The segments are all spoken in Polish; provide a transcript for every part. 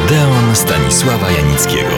Odeon Stanisława Janickiego.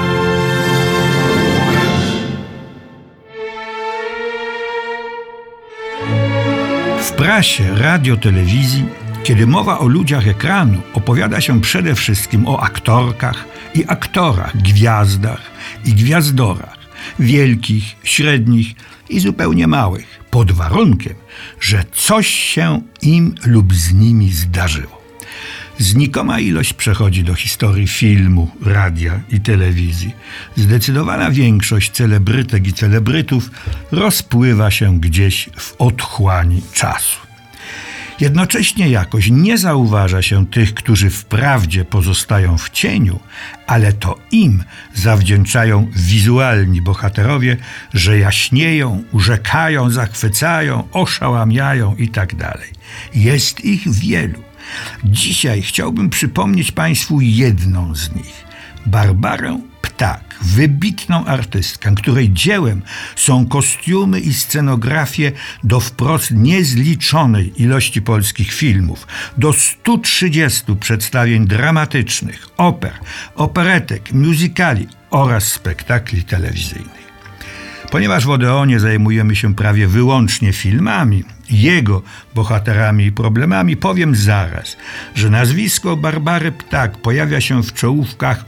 W prasie, radio, telewizji, kiedy mowa o ludziach ekranu, opowiada się przede wszystkim o aktorkach i aktorach, gwiazdach i gwiazdorach, wielkich, średnich i zupełnie małych, pod warunkiem, że coś się im lub z nimi zdarzyło. Znikoma ilość przechodzi do historii filmu, radia i telewizji. Zdecydowana większość celebrytek i celebrytów rozpływa się gdzieś w otchłani czasu. Jednocześnie jakoś nie zauważa się tych, którzy wprawdzie pozostają w cieniu, ale to im zawdzięczają wizualni bohaterowie, że jaśnieją, urzekają, zachwycają, oszałamiają itd. Jest ich wielu. Dzisiaj chciałbym przypomnieć Państwu jedną z nich. Barbarę Ptak, wybitną artystkę, której dziełem są kostiumy i scenografie do wprost niezliczonej ilości polskich filmów, do 130 przedstawień dramatycznych, oper, operetek, musicali oraz spektakli telewizyjnych. Ponieważ w Odeonie zajmujemy się prawie wyłącznie filmami, jego bohaterami i problemami, powiem zaraz, że nazwisko Barbary Ptak pojawia się w czołówkach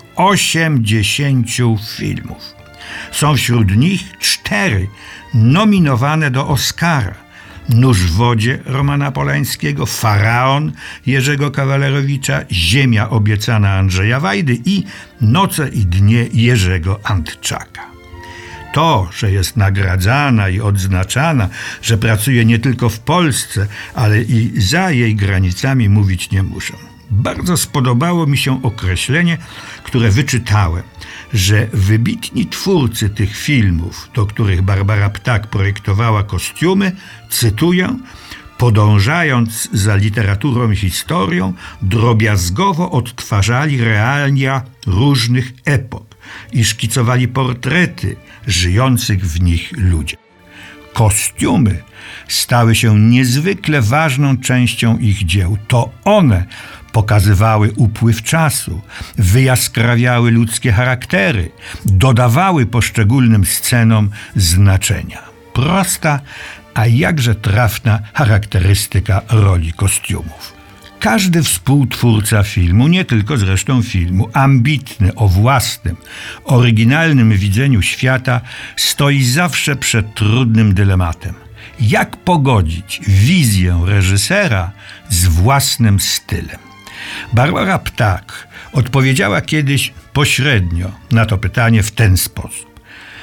80 filmów. Są wśród nich 4 nominowane do Oscara. Nóż w wodzie Romana Polańskiego, Faraon Jerzego Kawalerowicza, Ziemia obiecana Andrzeja Wajdy i Noce i dnie Jerzego Antczaka. To, że jest nagradzana i odznaczana, że pracuje nie tylko w Polsce, ale i za jej granicami, mówić nie muszę. Bardzo spodobało mi się określenie, które wyczytałem, że wybitni twórcy tych filmów, do których Barbara Ptak projektowała kostiumy, cytuję, podążając za literaturą i historią, drobiazgowo odtwarzali realia różnych epok i szkicowali portrety żyjących w nich ludzi. Kostiumy stały się niezwykle ważną częścią ich dzieł. To one pokazywały upływ czasu, wyjaskrawiały ludzkie charaktery, dodawały poszczególnym scenom znaczenia. Prosta, a jakże trafna charakterystyka roli kostiumów. Każdy współtwórca filmu, nie tylko zresztą filmu, ambitny, o własnym, oryginalnym widzeniu świata, stoi zawsze przed trudnym dylematem. Jak pogodzić wizję reżysera z własnym stylem? Barbara Ptak odpowiedziała kiedyś pośrednio na to pytanie w ten sposób.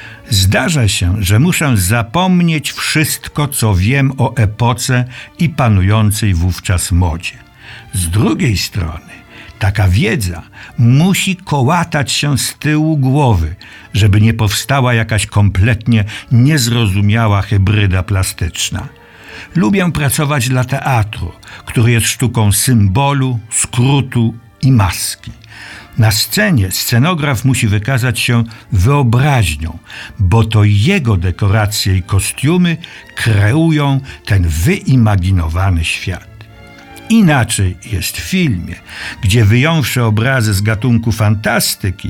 Zdarza się, że muszę zapomnieć wszystko, co wiem o epoce i panującej wówczas modzie. Z drugiej strony, taka wiedza musi kołatać się z tyłu głowy, żeby nie powstała jakaś kompletnie niezrozumiała hybryda plastyczna. Lubię pracować dla teatru, który jest sztuką symbolu, skrótu i maski. Na scenie scenograf musi wykazać się wyobraźnią, bo to jego dekoracje i kostiumy kreują ten wyimaginowany świat. Inaczej jest w filmie, gdzie wyjąwszy obrazy z gatunku fantastyki,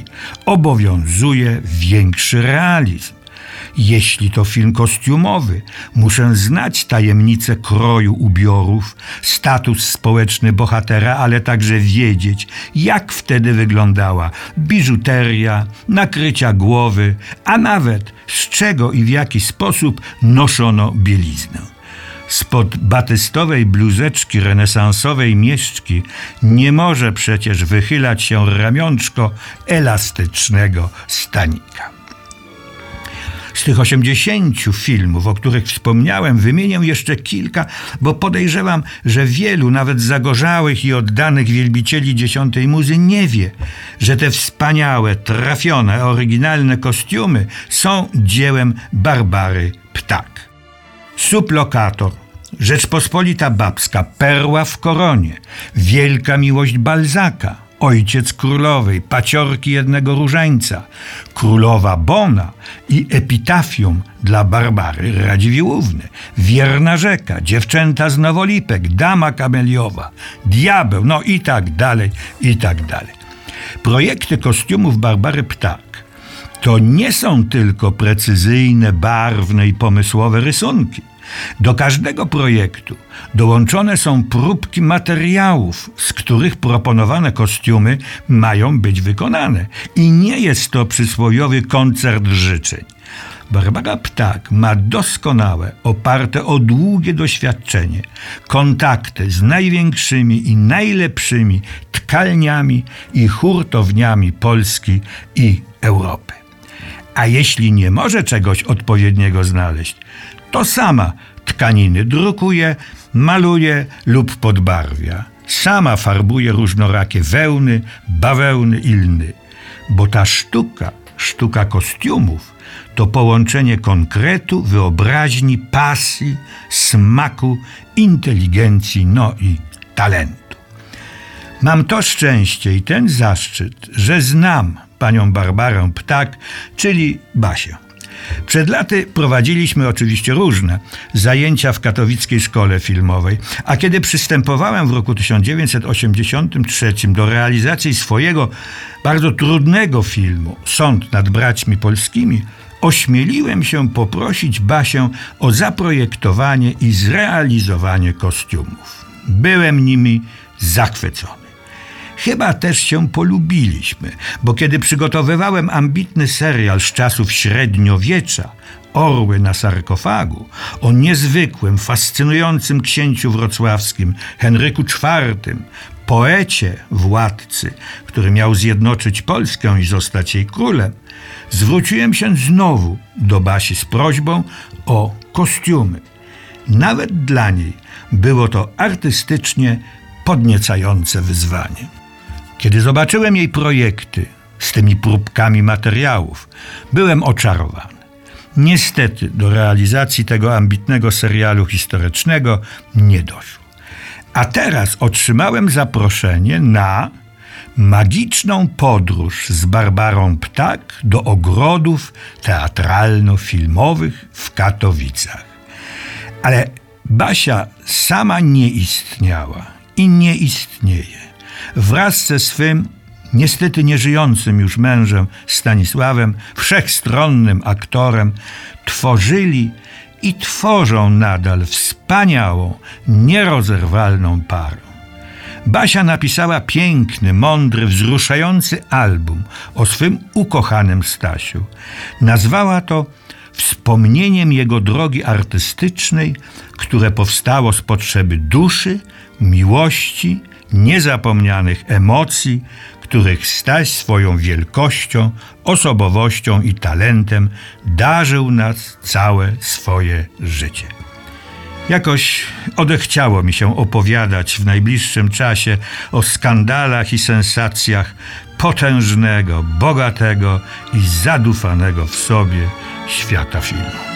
obowiązuje większy realizm. Jeśli to film kostiumowy, muszę znać tajemnice kroju ubiorów, status społeczny bohatera, ale także wiedzieć, jak wtedy wyglądała biżuteria, nakrycia głowy, a nawet z czego i w jaki sposób noszono bieliznę. Spod batystowej bluzeczki renesansowej mieszczki nie może przecież wychylać się ramionczko elastycznego stanika. Z tych 80 filmów, o których wspomniałem, wymienię jeszcze kilka, bo podejrzewam, że wielu, nawet zagorzałych i oddanych wielbicieli dziesiątej muzy nie wie, że te wspaniałe, trafione, oryginalne kostiumy są dziełem Barbary Ptak. Sublokator, Rzeczpospolita Babska, Perła w koronie, Wielka miłość Balzaka, Ojciec królowej, Paciorki jednego różańca, Królowa Bona i epitafium dla Barbary Radziwiłłówny, Wierna rzeka, Dziewczęta z Nowolipek, Dama kameliowa, Diabeł, no i tak dalej, i tak dalej. Projekty kostiumów Barbary Ptak to nie są tylko precyzyjne, barwne i pomysłowe rysunki. Do każdego projektu dołączone są próbki materiałów, z których proponowane kostiumy mają być wykonane. I nie jest to przysłowiowy koncert życzeń. Barbara Ptak ma doskonałe, oparte o długie doświadczenie, kontakty z największymi i najlepszymi tkalniami i hurtowniami Polski i Europy. A jeśli nie może czegoś odpowiedniego znaleźć, to sama tkaniny drukuje, maluje lub podbarwia. Sama farbuje różnorakie wełny, bawełny i lny. Bo ta sztuka kostiumów, to połączenie konkretu, wyobraźni, pasji, smaku, inteligencji, no i talentu. Mam to szczęście i ten zaszczyt, że znam panią Barbarę Ptak, czyli Basię. Przed laty prowadziliśmy oczywiście różne zajęcia w katowickiej szkole filmowej, a kiedy przystępowałem w roku 1983 do realizacji swojego bardzo trudnego filmu Sąd nad braćmi polskimi, ośmieliłem się poprosić Basię o zaprojektowanie i zrealizowanie kostiumów. Byłem nimi zachwycony. Chyba też się polubiliśmy, bo kiedy przygotowywałem ambitny serial z czasów średniowiecza Orły na sarkofagu o niezwykłym, fascynującym księciu wrocławskim Henryku IV, poecie, władcy, który miał zjednoczyć Polskę i zostać jej królem, zwróciłem się znowu do Basi z prośbą o kostiumy. Nawet dla niej było to artystycznie podniecające wyzwanie. Kiedy zobaczyłem jej projekty z tymi próbkami materiałów, byłem oczarowany. Niestety do realizacji tego ambitnego serialu historycznego nie doszło. A teraz otrzymałem zaproszenie na magiczną podróż z Barbarą Ptak do ogrodów teatralno-filmowych w Katowicach. Ale Basia sama nie istniała i nie istnieje. Wraz ze swym, niestety nieżyjącym już mężem Stanisławem, wszechstronnym aktorem, tworzyli i tworzą nadal wspaniałą, nierozerwalną parę. Basia napisała piękny, mądry, wzruszający album o swym ukochanym Stasiu. Nazwała to wspomnieniem jego drogi artystycznej, które powstało z potrzeby duszy, miłości, niezapomnianych emocji, których Staś swoją wielkością, osobowością i talentem darzył nas całe swoje życie. Jakoś odechciało mi się opowiadać w najbliższym czasie o skandalach i sensacjach potężnego, bogatego i zadufanego w sobie świata filmu.